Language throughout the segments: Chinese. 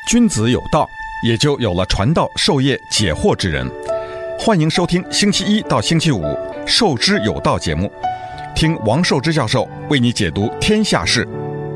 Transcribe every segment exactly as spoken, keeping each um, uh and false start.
君子有道，也就有了传道授业解惑之人。欢迎收听星期一到星期五授之有道节目，听王寿之教授为你解读天下事。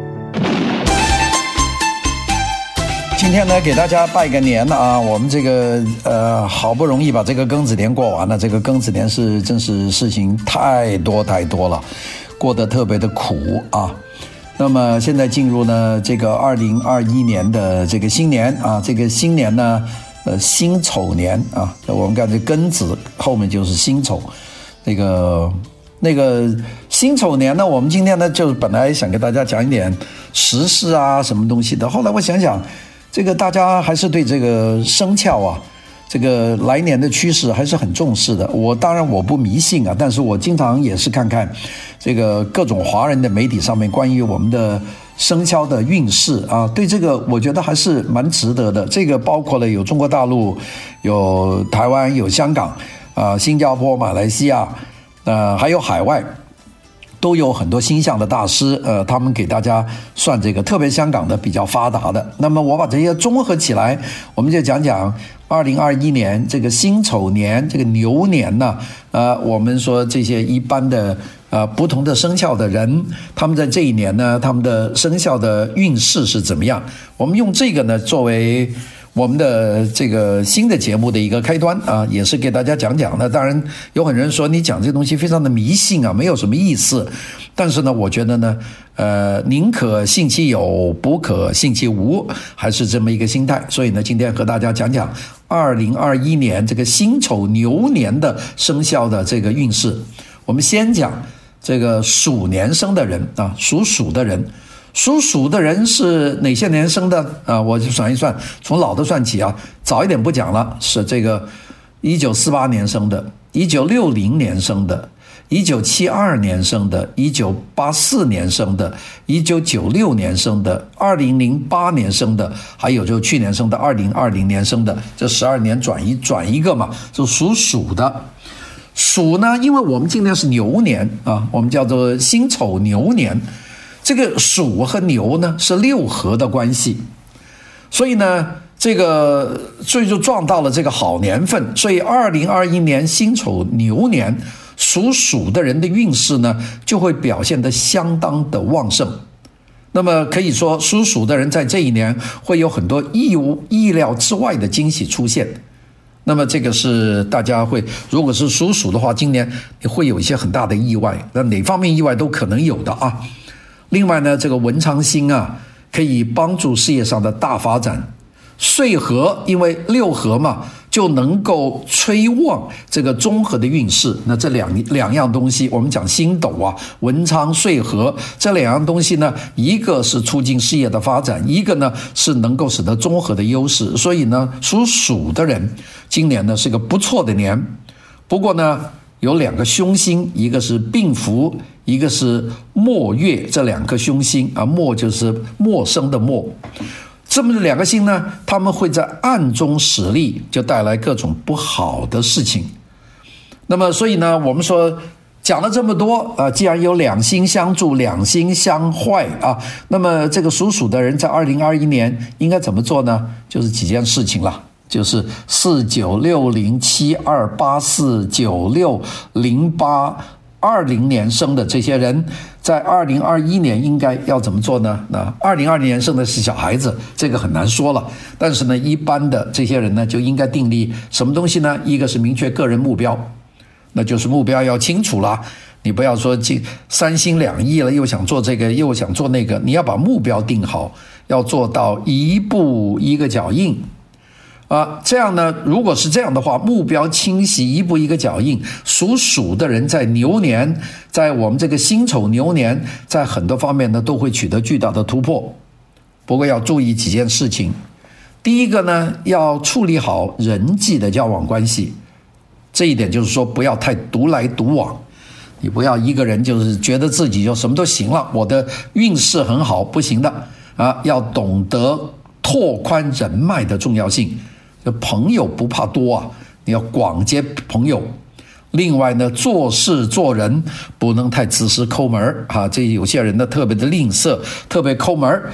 今天呢，给大家拜个年啊！我们这个呃，好不容易把这个庚子年过完了，这个庚子年是真是事情太多太多了，过得特别的苦啊。那么现在进入呢这个二零二一年的这个新年啊，这个新年呢，呃，辛丑年啊，我们看这庚子后面就是辛丑，那个那个辛丑年呢，我们今天呢就本来想给大家讲一点时事啊，什么东西的，后来我想想。这个大家还是对这个生肖啊，这个来年的趋势还是很重视的。我当然我不迷信啊，但是我经常也是看看这个各种华人的媒体上面关于我们的生肖的运势啊，对这个我觉得还是蛮值得的。这个包括了有中国大陆、有台湾、有香港啊、新加坡、马来西亚，呃，还有海外。都有很多星象的大师，呃，他们给大家算这个，特别香港的比较发达的。那么我把这些综合起来，我们就讲讲二零二一年这个辛丑年，这个牛年呢，呃，我们说这些一般的呃不同的生肖的人，他们在这一年呢，他们的生肖的运势是怎么样？我们用这个呢作为我们的这个新的节目的一个开端啊，也是给大家讲讲的。当然有很多人说你讲这东西非常的迷信啊，没有什么意思。但是呢，我觉得呢，呃，宁可信其有，不可信其无，还是这么一个心态。所以呢，今天和大家讲讲二零二一年这个辛丑牛年的生肖的这个运势。我们先讲这个鼠年生的人啊，属鼠的人。属鼠的人是哪些年生的啊？我就算一算，从老的算起啊，早一点不讲了，是这个一九四八年生的，一九六零年生的，一九七二年生的，一九八四年生的，一九九六年生的，二零零八年生的，还有就去年生的二零二零年生的，这十二年转一转一个嘛，就属鼠的。鼠呢，因为我们今年是牛年啊，我们叫做辛丑牛年。这个鼠和牛呢是六合的关系，所以呢，这个所以就撞到了这个好年份，所以二零二一年辛丑牛年属鼠的人的运势呢就会表现得相当的旺盛。那么可以说，属鼠的人在这一年会有很多意意料之外的惊喜出现。那么这个是大家会，如果是属鼠的话，今年你会有一些很大的意外，那哪方面意外都可能有的啊。另外呢，这个文昌星啊，可以帮助事业上的大发展。岁合，因为六合嘛，就能够催旺这个综合的运势。那这两两样东西，我们讲星斗啊，文昌、岁合这两样东西呢，一个是促进事业的发展，一个呢是能够使得综合的优势。所以呢，属鼠的人今年呢是个不错的年。不过呢，有两个凶星，一个是病符，一个是末月，这两颗凶星啊，末就是陌生的陌。这么两个星呢，他们会在暗中使力，就带来各种不好的事情。那么所以呢，我们说讲了这么多啊，既然有两星相助，两星相坏啊，那么这个属鼠的人在二零二一年应该怎么做呢？就是几件事情了。就是四九六零七二八四九六零八二零年生的这些人，在二零二一年应该要怎么做呢？那二零二零年生的是小孩子，这个很难说了。但是呢，一般的这些人呢，就应该订立什么东西呢？一个是明确个人目标，那就是目标要清楚了。你不要说三心两意了，又想做这个，又想做那个，你要把目标定好，要做到一步一个脚印。啊，这样呢，如果是这样的话，目标清晰，一步一个脚印，属鼠的人在牛年，在我们这个辛丑牛年，在很多方面呢都会取得巨大的突破。不过要注意几件事情。第一个呢，要处理好人际的交往关系，这一点就是说不要太独来独往，你不要一个人就是觉得自己就什么都行了，我的运势很好，不行的啊，要懂得拓宽人脉的重要性。朋友不怕多啊，你要广结朋友。另外呢，做事做人不能太自私抠门啊，这有些人呢特别的吝啬，特别抠门，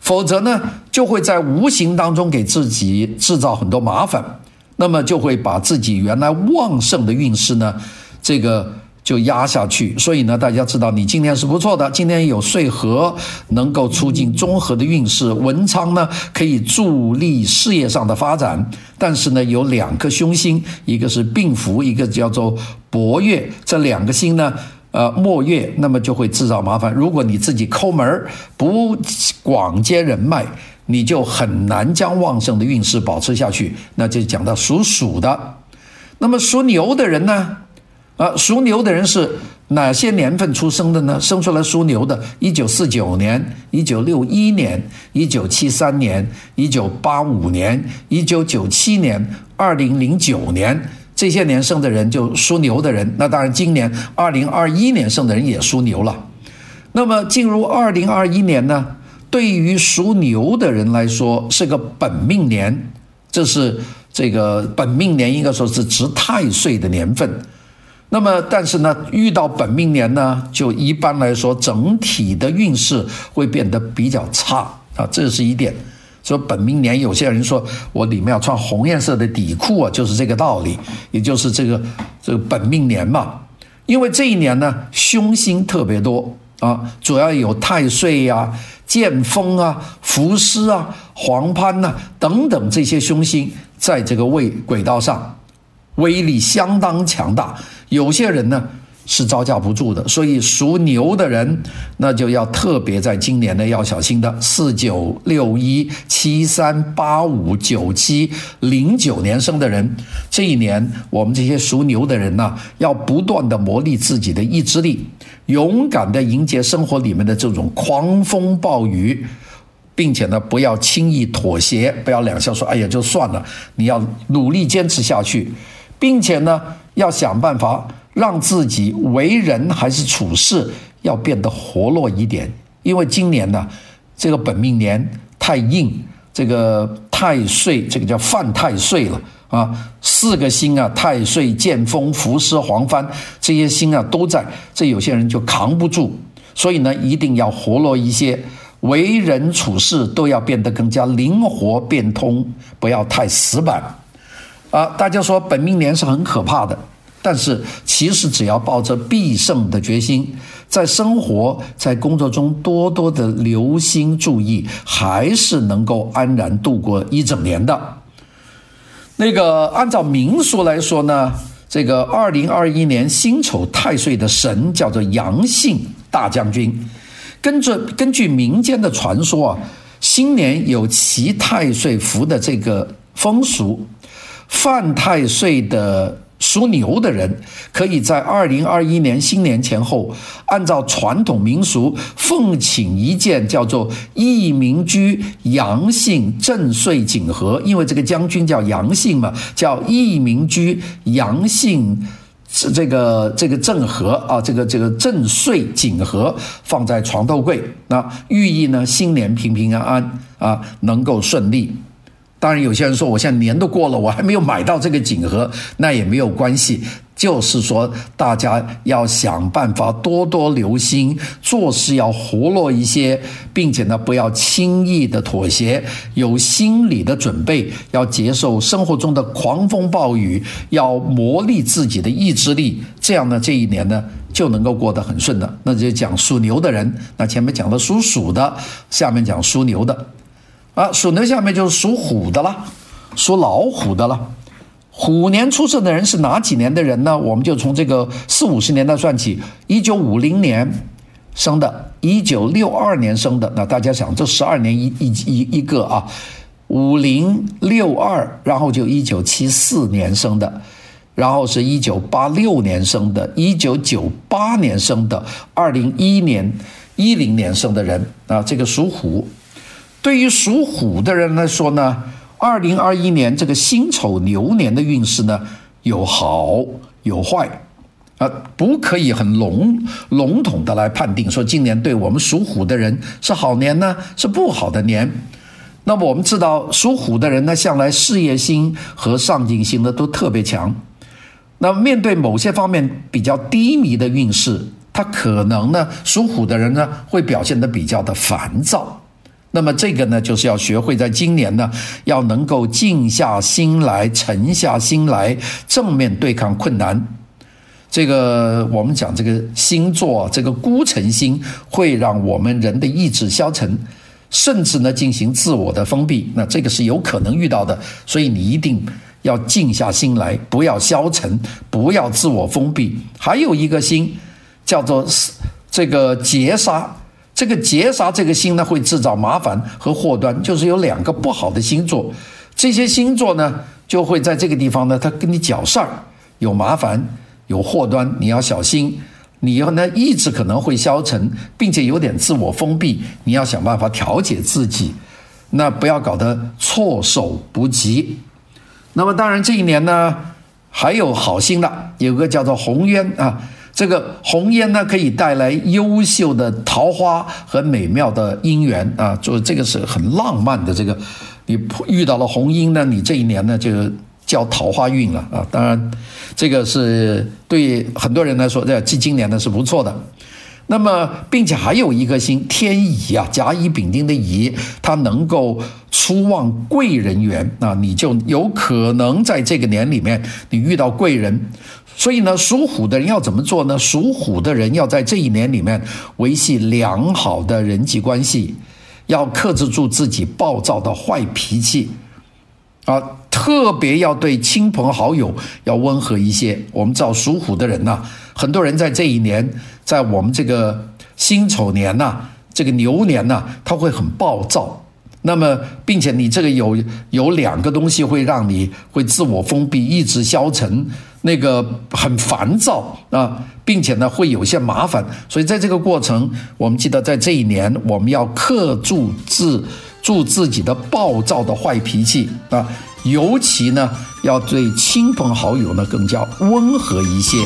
否则呢，就会在无形当中给自己制造很多麻烦，那么就会把自己原来旺盛的运势呢，这个就压下去。所以呢，大家知道你今天是不错的，今天有岁合能够促进综合的运势，文昌呢可以助力事业上的发展，但是呢有两颗凶星，一个是病符，一个叫做薄月，这两个星呢呃，末月，那么就会制造麻烦。如果你自己抠门不广结人脉，你就很难将旺盛的运势保持下去。那就讲到属鼠的，那么属牛的人呢？啊，属牛的人是哪些年份出生的呢？生出来属牛的，一九四九年、一九六一年、一九七三年、一九八五年、一九九七年、二零零九年。这些年生的人就属牛的人，那当然今年二零二一年生的人也属牛了。那么进入二零二一年呢，对于属牛的人来说是个本命年，这是这个本命年应该说是值太岁的年份。那么但是呢，遇到本命年呢，就一般来说整体的运势会变得比较差啊，这是一点。说本命年，有些人说我里面要穿红颜色的底裤啊，就是这个道理，也就是这个这个本命年嘛。因为这一年呢，凶星特别多啊，主要有太岁啊、剑锋啊、伏尸啊、黄攀啊等等这些凶星在这个位轨道上，威力相当强大。有些人呢是招架不住的，所以属牛的人那就要特别在今年呢要小心的。四九、六一、七三、八五、九七、零九年生的人，这一年我们这些属牛的人呢，要不断的磨砺自己的意志力，勇敢的迎接生活里面的这种狂风暴雨，并且呢不要轻易妥协，不要两下说哎呀就算了，你要努力坚持下去，并且呢要想办法让自己为人还是处事要变得活络一点。因为今年呢这个本命年太硬，这个太岁，这个叫犯太岁了啊，四个星啊，太岁、剑锋、伏尸、黄幡，这些星啊都在，这有些人就扛不住。所以呢一定要活络一些，为人处事都要变得更加灵活变通，不要太死板啊。大家说本命年是很可怕的，但是其实只要抱着必胜的决心，在生活在工作中多多的留心注意，还是能够安然度过一整年的。那个按照民俗来说呢，这个二零二一年辛丑太岁的神叫做阳性大将军。根据根据民间的传说啊，新年有骑太岁符的这个风俗，犯太岁的属牛的人可以在二零二一年新年前后，按照传统民俗奉请一件叫做义民居阳性正岁锦盒，因为这个将军叫阳性嘛，叫义民居阳性这个这个正盒啊，这个这个正岁锦盒放在床头柜，那寓意呢新年平平安安啊，能够顺利。当然有些人说我现在年都过了，我还没有买到这个锦盒，那也没有关系，就是说大家要想办法多多留心，做事要活络一些，并且呢不要轻易的妥协，有心理的准备，要接受生活中的狂风暴雨，要磨砺自己的意志力，这样呢这一年呢就能够过得很顺的。那就讲属牛的人，那前面讲了属鼠的，下面讲属牛的啊，属牛下面就是属虎的了，属老虎的了。虎年出生的人是哪几年的人呢？我们就从这个四五十年代算起，一九五零年生的，一九六二年生的，那大家想这十二年一一一一个啊，五零六二，然后就一九七四年生的，然后是一九八六年生的，一九九八年生的，二零一年一零年生的人啊，这个属虎。对于属虎的人来说呢，二零二一年这个辛丑牛年的运势呢，有好有坏啊，不可以很笼笼统的来判定说今年对我们属虎的人是好年呢，是不好的年。那么我们知道属虎的人呢，向来事业心和上进心呢都特别强。那面对某些方面比较低迷的运势，他可能呢属虎的人呢会表现得比较的烦躁。 那么这个呢，就是要学会在今年呢，要能够静下心来、沉下心来，正面对抗困难。这个我们讲这个星座，这个孤城星会让我们人的意志消沉，甚至呢进行自我的封闭。那这个是有可能遇到的，所以你一定要静下心来，不要消沉，不要自我封闭。还有一个星叫做这个劫杀。这个劫杀这个星呢，会制造麻烦和祸端，就是有两个不好的星座，这些星座呢就会在这个地方呢，它跟你搅事儿，有麻烦，有祸端，你要小心。你呢意志可能会消沉，并且有点自我封闭，你要想办法调节自己，那不要搞得措手不及。那么当然这一年呢，还有好星的，有个叫做红鸢啊。这个红鸢呢，可以带来优秀的桃花和美妙的姻缘啊，就这个是很浪漫的。这个你遇到了红鸢呢，你这一年呢就叫桃花运了啊。当然，这个是对很多人来说，这今年呢是不错的。那么，并且还有一颗星天乙啊，甲乙丙丁的乙，它能够出望贵人缘啊，你就有可能在这个年里面你遇到贵人。所以呢，属虎的人要怎么做呢？属虎的人要在这一年里面维系良好的人际关系，要克制住自己暴躁的坏脾气啊，特别要对亲朋好友要温和一些。我们知道属虎的人呢、啊，很多人在这一年，在我们这个辛丑年呐、啊，这个牛年呐、啊，他会很暴躁。那么，并且你这个有有两个东西会让你会自我封闭、意志消沉，那个很烦躁啊，并且呢会有些麻烦。所以在这个过程，我们记得在这一年，我们要克住自住自己的暴躁的坏脾气啊，尤其呢要对亲朋好友呢更加温和一些。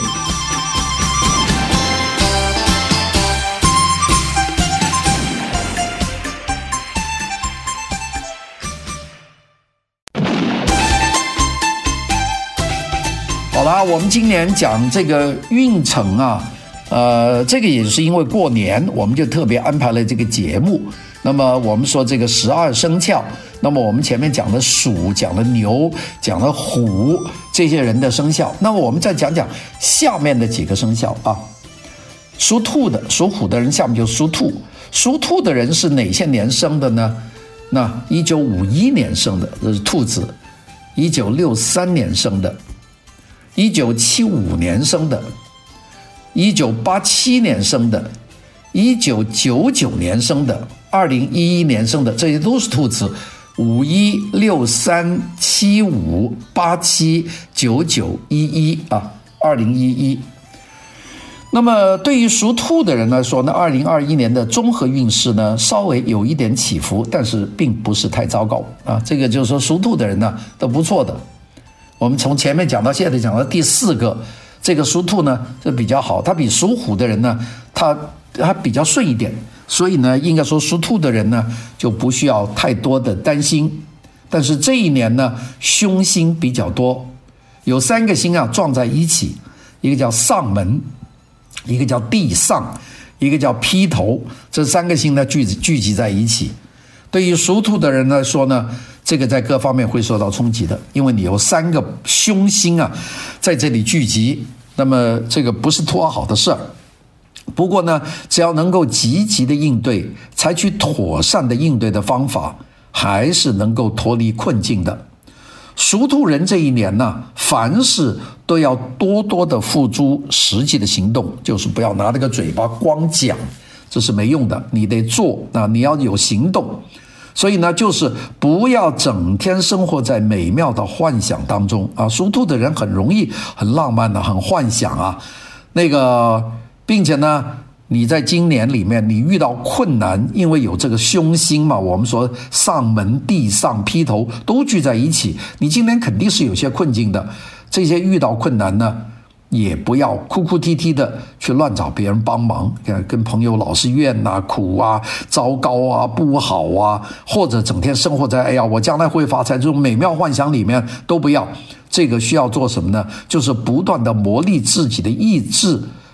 好了，我们今年讲这个运程啊，呃，这个也是因为过年，我们就特别安排了这个节目。那么我们说这个十二生肖，那么我们前面讲的鼠，讲的牛，讲的虎，这些人的生肖。那么我们再讲讲下面的几个生肖啊，属兔的、属虎的人，下面就属兔。属兔的人是哪些年生的呢？那一九五一年生的，这是兔子；一九六三年生的。一九七五年生的，一九八七年生的，一九九九年生的，二零一一年生的，这些都是兔子。五一、六三、七五、八七、九九、一一啊，二零一一。那么对于属兔的人来说呢，二零二一年的综合运势呢，稍微有一点起伏，但是并不是太糟糕啊。这个就是说属兔的人呢都不错的。我们从前面讲到现在讲到第四个，这个属兔呢是比较好，他比属虎的人呢，他他比较顺一点，所以呢，应该说属兔的人呢就不需要太多的担心。但是这一年呢，凶星比较多，有三个星啊撞在一起，一个叫上门，一个叫地上，一个叫劈头，这三个星呢聚聚集在一起。对于属兔的人来说呢，这个在各方面会受到冲击的，因为你有三个凶星啊在这里聚集，那么这个不是多好的事儿。不过呢，只要能够积极的应对，采取妥善的应对的方法，还是能够脱离困境的。属兔人这一年呢，凡事都要多多的付诸实际的行动，就是不要拿这个嘴巴光讲，这是没用的，你得做啊，你要有行动。所以呢，就是不要整天生活在美妙的幻想当中啊。属兔的人很容易很浪漫的、啊、很幻想啊，那个，并且呢，你在今年里面你遇到困难，因为有这个凶星嘛，我们说上门、地上、劈头都聚在一起，你今年肯定是有些困境的。这些遇到困难呢，也不要哭哭啼啼的去乱找别人帮忙，跟朋友老是怨啊、苦啊、糟糕啊、不好啊，或者整天生活在哎呀我将来会发财这种美妙幻想里面，都不要。这个需要做什么呢？就是不断的磨砺自己的意志，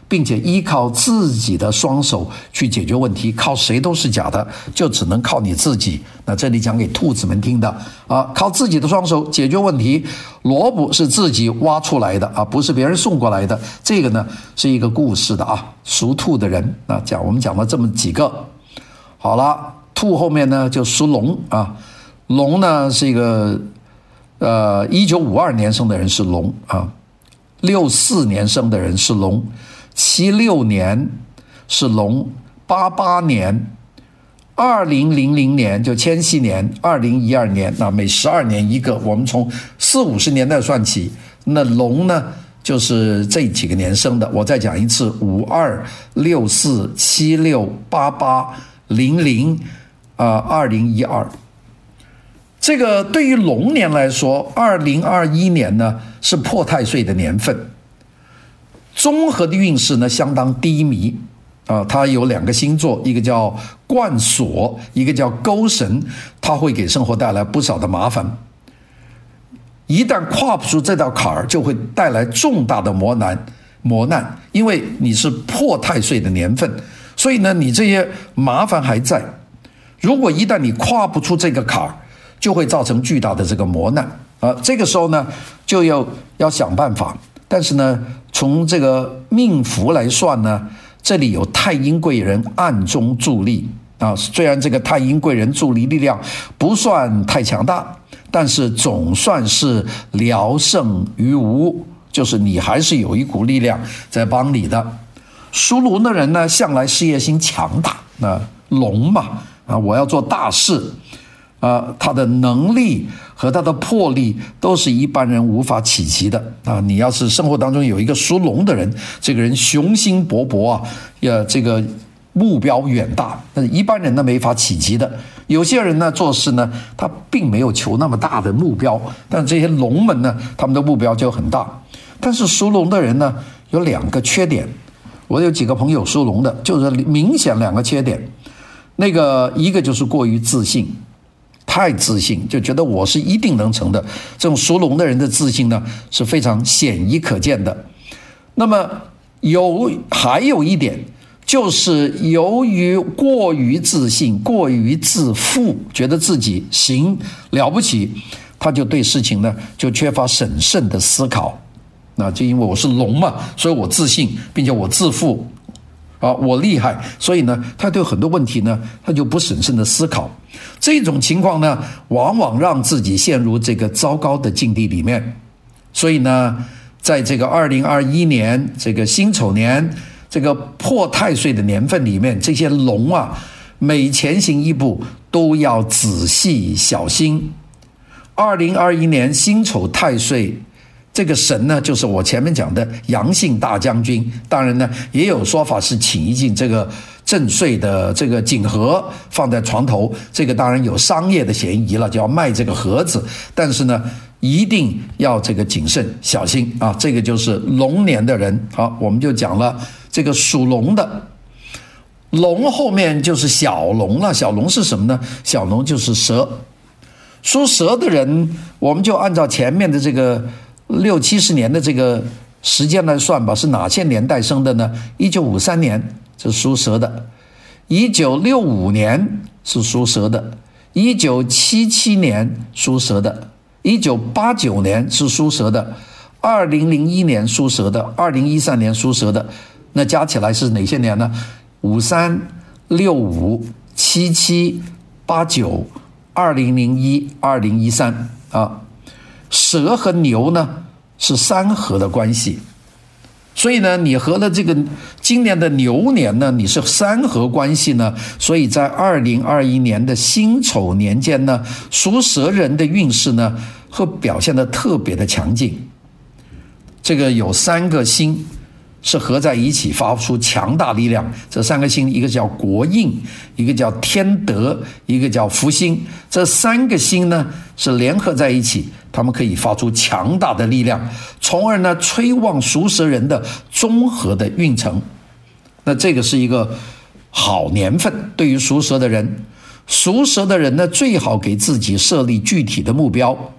并且依靠自己的双手去解决问题，靠谁都是假的，就只能靠你自己。那这里讲给兔子们听的啊，靠自己的双手解决问题，萝卜是自己挖出来的啊，不是别人送过来的。这个呢是一个故事的啊，属兔的人啊，讲我们讲了这么几个。好了，兔后面呢就属龙啊，龙呢是一个呃一九五二年生的人是龙啊，六四年生的人是龙。七六年是龙，八八年、二零零零年就千禧年、二零一二年，那每十二年一个。我们从四五十年代算起，那龙呢就是这几个年生的。我再讲一次：五二、六四、七六、八八、零零啊、二零一二。这个对于龙年来说，二零二一年呢是破太岁的年份。综合的运势呢相当低迷啊，它有两个星座，一个叫贯锁，一个叫勾神，它会给生活带来不少的麻烦。一旦跨不出这道坎儿，就会带来重大的磨难磨难，因为你是破太岁的年份，所以呢，你这些麻烦还在。如果一旦你跨不出这个坎儿，就会造成巨大的这个磨难啊。这个时候呢，就要要想办法。但是呢，从这个命符来算呢，这里有太阴贵人暗中助力啊。虽然这个太阴贵人助力力量不算太强大，但是总算是聊胜于无，就是你还是有一股力量在帮你的。属龙的人呢，向来事业心强大，那龙嘛啊，我要做大事。啊，他的能力和他的魄力都是一般人无法企及的啊！你要是生活当中有一个属龙的人，这个人雄心勃勃啊，呀，这个目标远大，那一般人呢没法企及的。有些人呢做事呢，他并没有求那么大的目标，但这些龙们呢，他们的目标就很大。但是属龙的人呢，有两个缺点。我有几个朋友属龙的，就是明显两个缺点。那个一个就是过于自信。太自信，就觉得我是一定能成的。这种属龙的人的自信呢，是非常显而可见的。那么有还有一点，就是由于过于自信、过于自负，觉得自己行了不起，他就对事情呢就缺乏审慎的思考。那就因为我是龙嘛，所以我自信，并且我自负。啊，我厉害，所以呢，他对很多问题呢，他就不审慎的思考。这种情况呢，往往让自己陷入这个糟糕的境地里面。所以呢，在这个二零二一年这个辛丑年这个破太岁的年份里面，这些龙啊，每前行一步都要仔细小心。二零二一年辛丑太岁。这个神呢，就是我前面讲的阳性大将军。当然呢，也有说法是请一进这个震岁的这个锦盒放在床头，这个当然有商业的嫌疑了，就要卖这个盒子。但是呢，一定要这个谨慎小心啊！这个就是龙年的人。好，我们就讲了这个属龙的。龙后面就是小龙了。小龙是什么呢？小龙就是蛇。属蛇的人，我们就按照前面的这个六七十年的这个时间来算吧，是哪些年代生的呢？一九五三年是属蛇的，一九六五年是属蛇的，一九七七年属蛇的，一九八九年是属蛇的，二零零一年属蛇的，二零一三年属蛇的。那加起来是哪些年呢？五三、六五、七七、八九、二零零一、二零一三啊。蛇和牛呢是三合的关系，所以呢，你和了这个今年的牛年呢，你是三合关系呢，所以在二零二一年的辛丑年间呢，属蛇人的运势呢会表现得特别的强劲。这个有三个星是合在一起发出强大力量，这三个星一个叫国印，一个叫天德，一个叫福星。这三个星呢是联合在一起，他们可以发出强大的力量，从而呢催旺属蛇人的综合的运程。那这个是一个好年份，对于属蛇的人。属蛇的人呢，最好给自己设立具体的目标，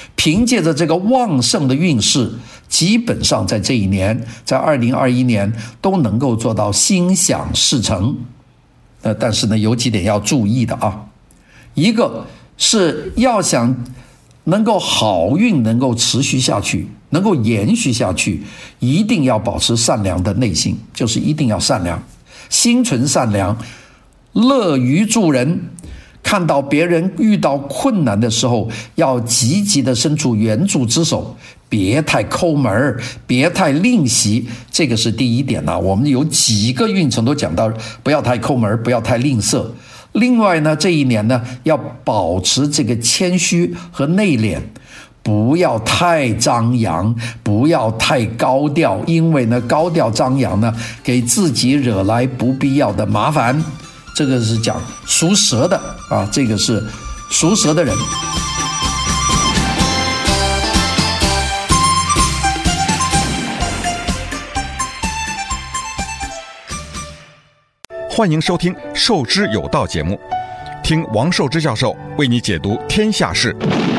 凭借着这个旺盛的运势，基本上在这一年，在二零二一年都能够做到心想事成。呃，但是呢，有几点要注意的啊。一个是要想能够好运能够持续下去，能够延续下去，一定要保持善良的内心，就是一定要善良，心存善良，乐于助人。看到别人遇到困难的时候，要积极的伸出援助之手，别太抠门，别太吝惜，这个是第一点呢、啊。我们有几个运程都讲到，不要太抠门，不要太吝啬。另外呢，这一年呢，要保持这个谦虚和内敛，不要太张扬，不要太高调，因为呢，高调张扬呢，给自己惹来不必要的麻烦。这个是讲属蛇的啊，这个是属蛇的人。 欢迎收听《授之有道》节目，听王寿之教授为你解读天下事。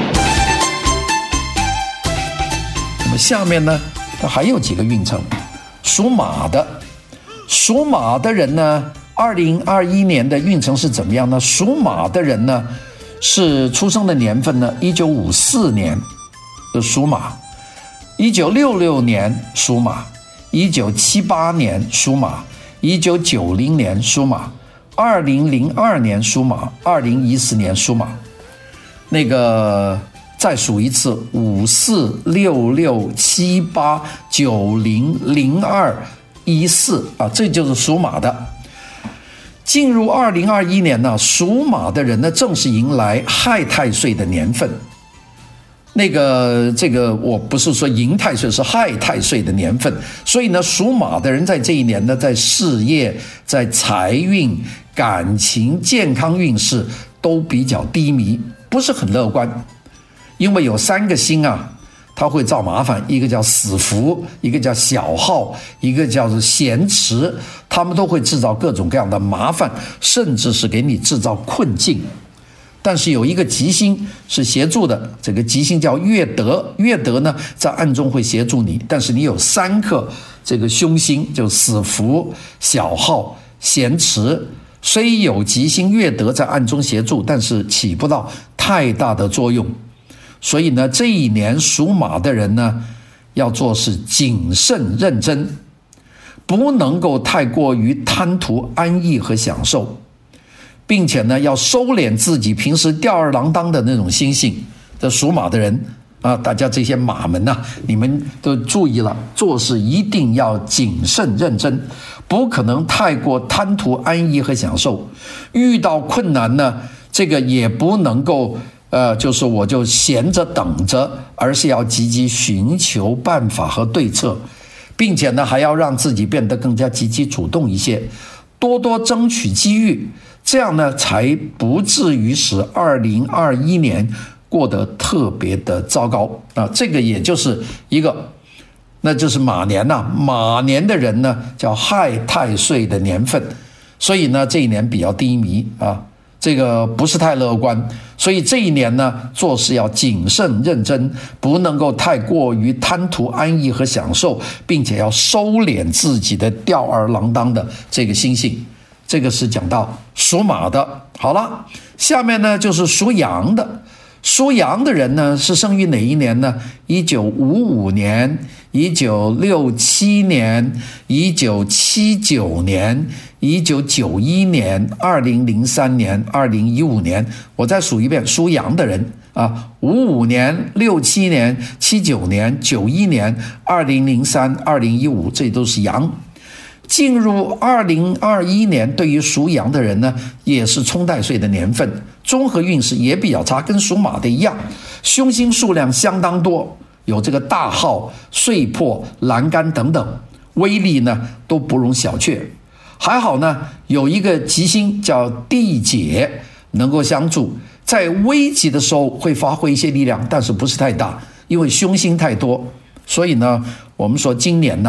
那么下面呢，还有几个运程，属马的，属马的人呢，二零二一年的运程是怎么样呢？属马的人呢，是出生的年份呢，一九五四年的属马，一九六六年属马，一九七八年属马，一九九零年属马，二零零二年属马，二零一四年属马。那个再数一次，五四六六七八九零零二一四啊，这就是属马的。进入二零二一年呢，属马的人呢，正是迎来亥太岁的年份。那个这个我不是说迎太岁，是亥太岁的年份，所以呢，属马的人在这一年呢，在事业、在财运、感情、健康运势都比较低迷，不是很乐观。因为有三个星啊，它会造麻烦，一个叫死符，一个叫小耗，一个叫做咸池，他们都会制造各种各样的麻烦，甚至是给你制造困境。但是有一个吉星是协助的，这个吉星叫月德，月德呢在暗中会协助你，但是你有三颗这个凶星，就死符、小耗、咸池，虽有吉星月德在暗中协助，但是起不到太大的作用。所以呢，这一年属马的人呢，要做事谨慎认真，不能够太过于贪图安逸和享受，并且呢，要收敛自己平时吊儿郎当的那种心性。这属马的人啊，大家这些马们呐、啊，你们都注意了，做事一定要谨慎认真，不可能太过贪图安逸和享受。遇到困难呢，这个也不能够呃，就是我就闲着等着，而是要积极寻求办法和对策，并且呢，还要让自己变得更加积极主动一些，多多争取机遇，这样呢，才不至于使二零二一年过得特别的糟糕啊！这个也就是一个，那就是马年呐、啊，马年的人呢叫亥太岁的年份，所以呢，这一年比较低迷啊。这个不是太乐观，所以这一年呢，做事要谨慎认真，不能够太过于贪图安逸和享受，并且要收敛自己的吊儿郎当的这个心性。这个是讲到属马的。好了，下面呢就是属羊的。属羊的人呢是生于哪一年呢？一九五五年、一九六七年、一九七九年、一九九一年、二零零三年、二零一五年。我再数一遍，属羊的人啊，五五年、六七年、七九年、九一年、二零零三、二零一五，这都是羊。进入二零二一年，对于属羊的人呢，也是冲太岁的年份，综合运势也比较差，跟属马的一样，凶星数量相当多，有这个大耗、岁破、栏杆等等，威力呢都不容小觑。还好呢，有一个吉星叫地解，能够相助，在危急的时候会发挥一些力量，但是不是太大，因为凶星太多。所以呢，我们说今年呢，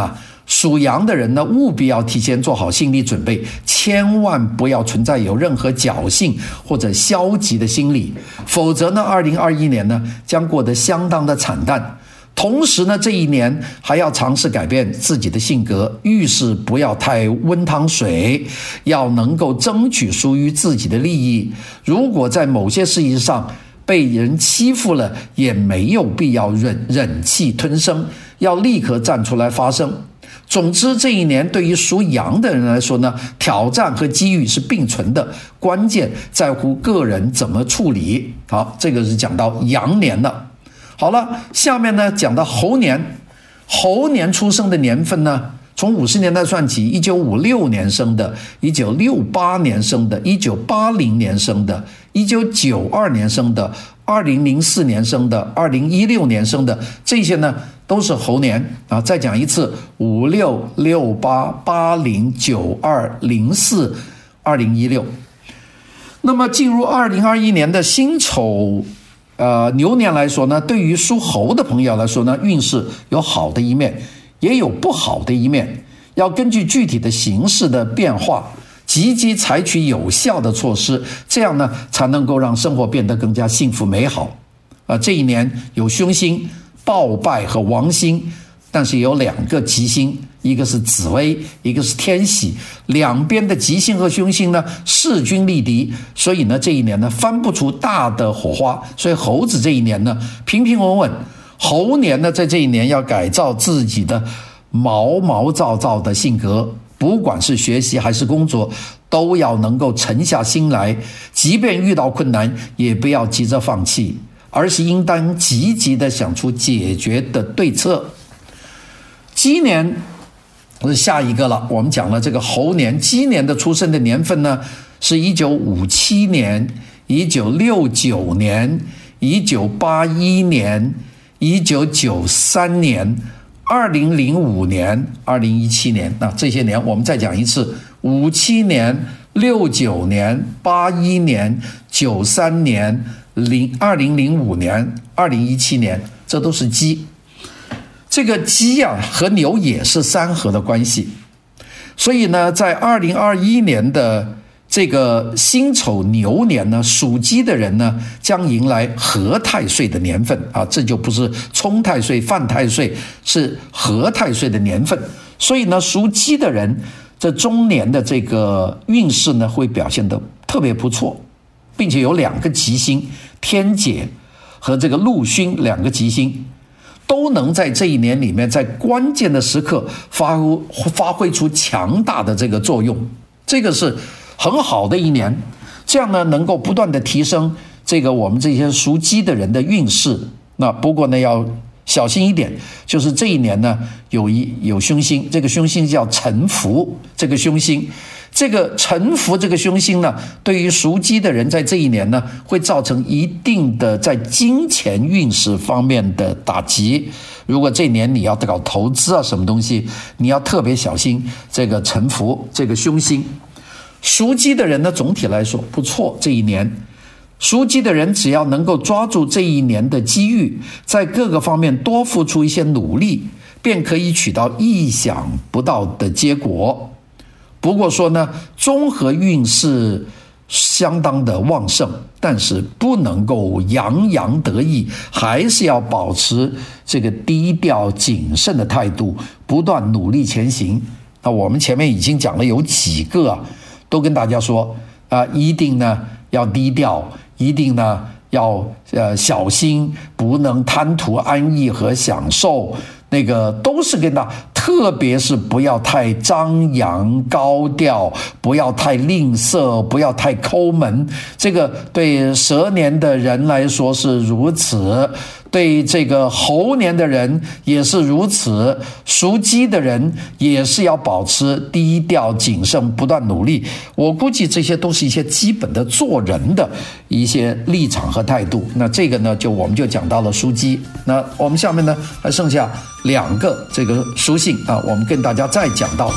属羊的人呢，务必要提前做好心理准备，千万不要存在有任何侥幸或者消极的心理，否则呢，二零二一年呢将过得相当的惨淡。同时呢，这一年还要尝试改变自己的性格，遇事不要太温汤水，要能够争取属于自己的利益。如果在某些事情上被人欺负了，也没有必要忍忍气吞声，要立刻站出来发声。总之，这一年对于属羊的人来说呢，挑战和机遇是并存的，关键在乎个人怎么处理。好，这个是讲到羊年了。好了，下面呢讲到猴年。猴年出生的年份呢，从五十年代算起，一九五六年生的，一九六八年生的，一九八零年生的，一九九二年生的，二零零四年生的，二零一六年生的，这些呢都是猴年啊。再讲一次，五六、六八、八零、九二、零四、二零一六。那么进入二零二一年的辛丑呃，牛年来说呢，对于属猴的朋友来说呢，运势有好的一面，也有不好的一面，要根据具体的形势的变化，积极采取有效的措施，这样呢，才能够让生活变得更加幸福美好。啊、呃，这一年有凶星暴败和王星，但是有两个吉星，一个是紫微，一个是天喜，两边的吉星和凶星呢势均力敌，所以呢这一年呢翻不出大的火花，所以猴子这一年呢平平稳稳。猴年呢在这一年要改造自己的毛毛躁躁的性格，不管是学习还是工作，都要能够沉下心来，即便遇到困难也不要急着放弃，而是应当积极的想出解决的对策。鸡年是下一个了，我们讲了这个猴年，鸡年的出生的年份呢是一九五七年、一九六九年、一九八一年、一九九三年、二零零五年、二零一七年。那这些年我们再讲一次，五七年、六九年、八一年、九三年、二零零五年、二零一七年，这都是鸡。这个鸡啊和牛也是三合的关系，所以呢，在二零二一年的这个辛丑牛年呢，属鸡的人呢将迎来合太岁的年份啊，这就不是冲太岁、犯太岁，是合太岁的年份。所以呢，属鸡的人这中年的这个运势呢会表现得特别不错，并且有两个吉星，天解和这个禄勋两个吉星，都能在这一年里面，在关键的时刻发挥发挥出强大的这个作用，这个是很好的一年。这样呢，能够不断的提升这个我们这些属鸡的人的运势。那不过呢，要小心一点，就是这一年呢，有一有凶星，这个凶星叫辰孚，这个凶星。这个辰孚这个凶星呢，对于属鸡的人在这一年呢，会造成一定的在金钱运势方面的打击。如果这一年你要搞投资啊什么东西，你要特别小心这个辰孚这个凶星。属鸡的人呢，总体来说不错，这一年属鸡的人只要能够抓住这一年的机遇，在各个方面多付出一些努力，便可以取到意想不到的结果。不过说呢，综合运势相当的旺盛，但是不能够洋洋得意，还是要保持这个低调谨慎的态度，不断努力前行。那我们前面已经讲了有几个啊，都跟大家说啊、呃，一定呢要低调，一定呢要呃小心，不能贪图安逸和享受，那个都是跟他，特别是不要太张扬高调，不要太吝啬，不要太抠门。这个对蛇年的人来说是如此，对这个猴年的人也是如此，属鸡的人也是要保持低调谨慎，不断努力。我估计这些都是一些基本的做人的一些立场和态度。那这个呢，就我们就讲到了属鸡。那我们下面呢还剩下两个这个属性啊，我们跟大家再讲到。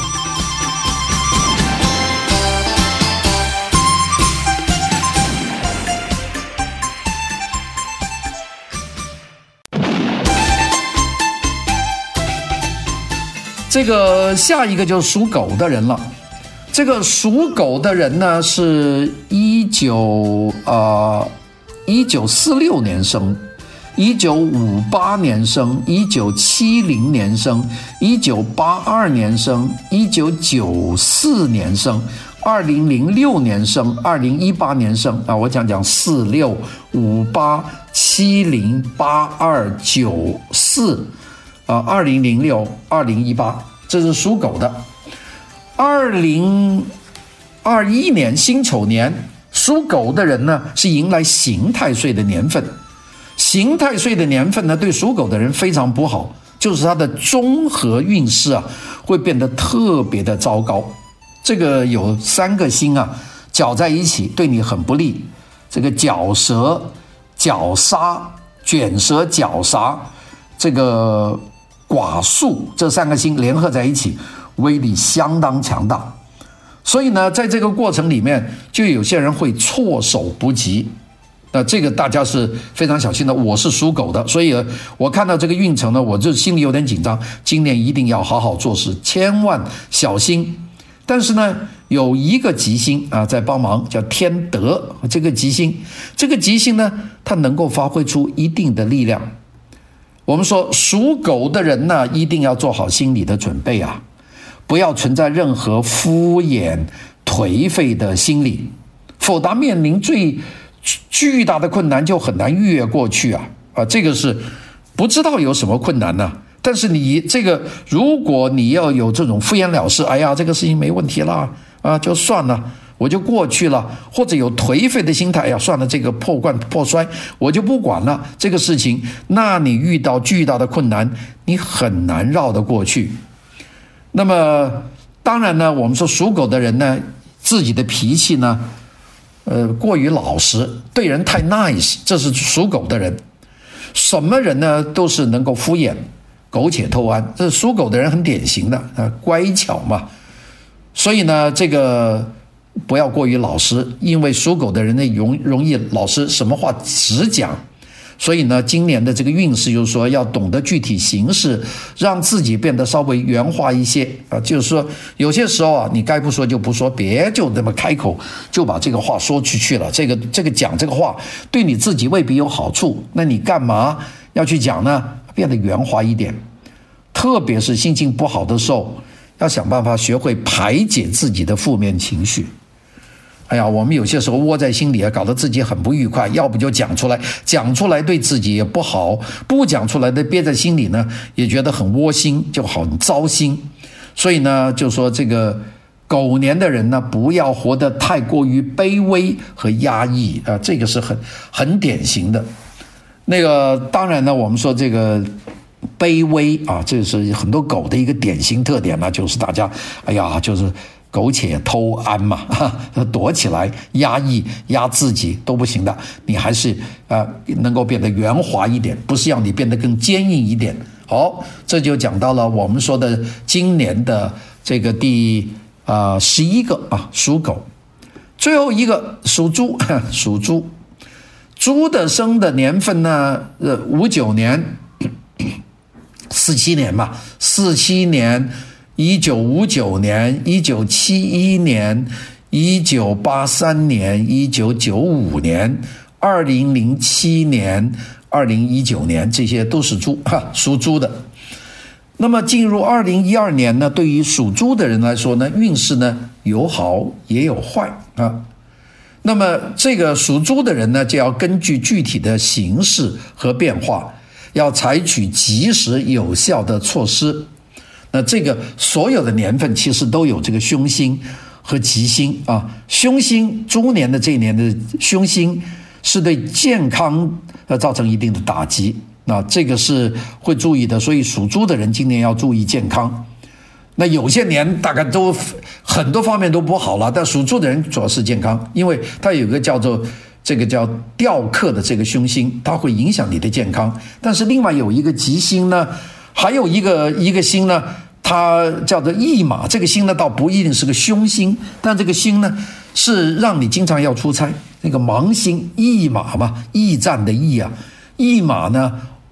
这个下一个就是属狗的人了。这个属狗的人呢，是一九呃一九四六年生，一九五八年生，一九七零年生，一九八二年生，一九九四年生，二零零六年生，二零一八年生啊。我讲讲四六五八七零八二九四啊，二零零六二零一八，这是属狗的。二零二一年辛丑年，属狗的人呢是迎来刑太岁的年份。刑太岁的年份呢，对属狗的人非常不好，就是他的综合运势啊会变得特别的糟糕。这个有三个星啊搅在一起，对你很不利。这个绞蛇、绞杀、卷舌、绞杀，这个寡宿这三个星联合在一起，威力相当强大。所以呢，在这个过程里面，就有些人会措手不及。那这个大家是非常小心的。我是属狗的，所以我看到这个运程呢，我就心里有点紧张。今年一定要好好做事，千万小心。但是呢，有一个吉星啊在帮忙，叫天德。这个吉星，这个吉星呢，它能够发挥出一定的力量。我们说属狗的人呢，一定要做好心理的准备啊，不要存在任何敷衍、颓废的心理，否则面临最巨大的困难就很难越过去啊！啊，这个是不知道有什么困难呢、啊？但是你这个，如果你要有这种敷衍了事，哎呀，这个事情没问题了啊，就算了，我就过去了，或者有颓废的心态，哎呀，算了，这个破罐破摔，我就不管了这个事情，那你遇到巨大的困难，你很难绕得过去。那么，当然呢，我们说属狗的人呢，自己的脾气呢。呃，过于老实，对人太 nice， 这是属狗的人。什么人呢，都是能够敷衍、苟且偷安，这是属狗的人很典型的啊，乖巧嘛。所以呢，这个不要过于老实，因为属狗的人呢，容容易老实，什么话直讲。所以呢，今年的这个运势就是说，要懂得具体形式，让自己变得稍微圆滑一些啊。就是说，有些时候啊，你该不说就不说，别就这么开口就把这个话说出去了。这个这个讲这个话，对你自己未必有好处，那你干嘛要去讲呢？变得圆滑一点，特别是心情不好的时候，要想办法学会排解自己的负面情绪。哎呀，我们有些时候窝在心里啊，搞得自己很不愉快，要不就讲出来，讲出来对自己也不好，不讲出来的憋在心里呢，也觉得很窝心，就很糟心。所以呢，就说这个狗年的人呢，不要活得太过于卑微和压抑啊，这个是很很典型的。那个当然呢，我们说这个卑微啊，这是很多狗的一个典型特点呢，就是大家哎呀，就是苟且偷安嘛，躲起来压抑压自己都不行的，你还是呃能够变得圆滑一点，不是要你变得更坚硬一点。好，这就讲到了我们说的今年的这个第啊十一个啊属狗，最后一个属猪，属猪，猪的生的年份呢，呃五九年，四七年嘛，四七年。一九五九年、一九七一年、一九八三年、一九九五年、二零零七年、二零一九年，这些都是猪哈，属猪的。那么进入二零一二年呢，对于属猪的人来说呢，运势呢有好也有坏啊。那么这个属猪的人呢，就要根据具体的形势和变化，要采取及时有效的措施。那这个所有的年份其实都有这个凶星和吉星啊。凶星，猪年的这一年的凶星是对健康呃造成一定的打击，那这个是会注意的。所以属猪的人今年要注意健康。那有些年大概都很多方面都不好了，但属猪的人主要是健康，因为它有一个叫做这个叫吊克的这个凶星，它会影响你的健康。但是另外有一个吉星呢，还有一个一个星呢，它叫做驿马。这个星呢倒不一定是个凶星，但这个星呢是让你经常要出差，那个盲星驿马嘛，驿站的驿啊。驿马呢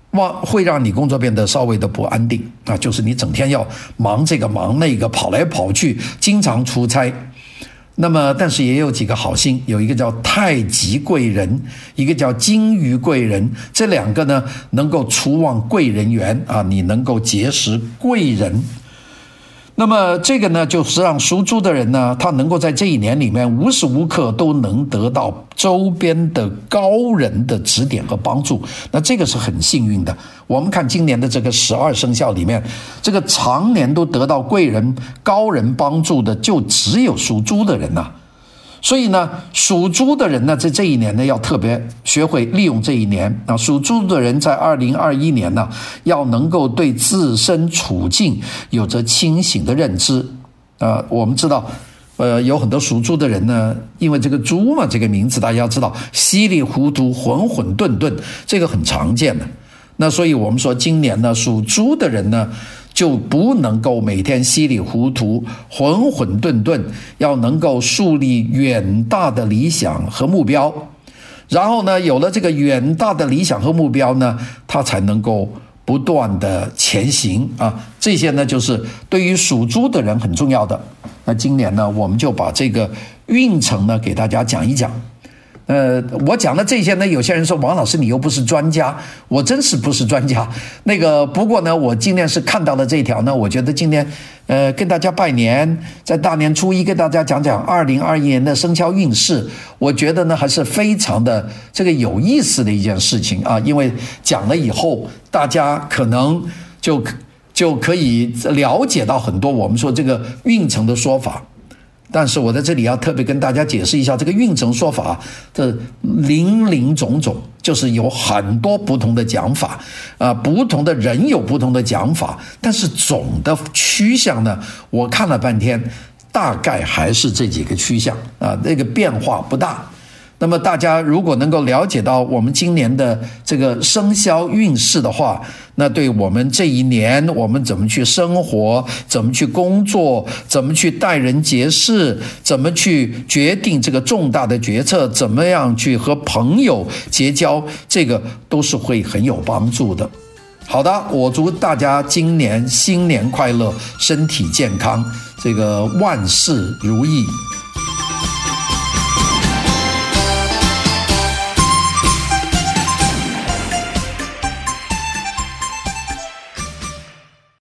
往会让你工作变得稍微的不安定啊，就是你整天要忙这个忙那个，跑来跑去，经常出差。那么但是也有几个好星，有一个叫太极贵人，一个叫金鱼贵人，这两个呢能够除往贵人缘啊，你能够结识贵人。那么这个呢就是让属猪的人呢，他能够在这一年里面无时无刻都能得到周边的高人的指点和帮助，那这个是很幸运的。我们看今年的这个十二生肖里面，这个常年都得到贵人高人帮助的就只有属猪的人啊。所以呢，属猪的人呢，在这一年呢，要特别学会利用这一年啊。属猪的人在二零二一年呢，要能够对自身处境有着清醒的认知。呃，我们知道，呃，有很多属猪的人呢，因为这个猪嘛，这个名字大家要知道，稀里糊涂、混混沌沌，这个很常见的。那所以我们说，今年呢，属猪的人呢，就不能够每天稀里糊涂、混混沌沌，要能够树立远大的理想和目标。然后呢，有了这个远大的理想和目标呢，他才能够不断的前行啊。这些呢，就是对于属猪的人很重要的。那今年呢，我们就把这个运程呢给大家讲一讲。呃，我讲的这些呢，有些人说王老师你又不是专家，我真是不是专家。那个不过呢，我今天是看到了这一条呢，我觉得今天呃跟大家拜年，在大年初一跟大家讲讲二零二一年的生肖运势，我觉得呢还是非常的这个有意思的一件事情啊，因为讲了以后，大家可能就就可以了解到很多我们说这个运程的说法。但是我在这里要特别跟大家解释一下，这个运程说法的林林总总，就是有很多不同的讲法啊、呃，不同的人有不同的讲法，但是总的趋向呢，我看了半天，大概还是这几个趋向啊，那个变化不大。那么大家如果能够了解到我们今年的这个生肖运势的话，那对我们这一年我们怎么去生活，怎么去工作，怎么去待人接事，怎么去决定这个重大的决策，怎么样去和朋友结交，这个都是会很有帮助的。好的，我祝大家今年新年快乐，身体健康，这个万事如意。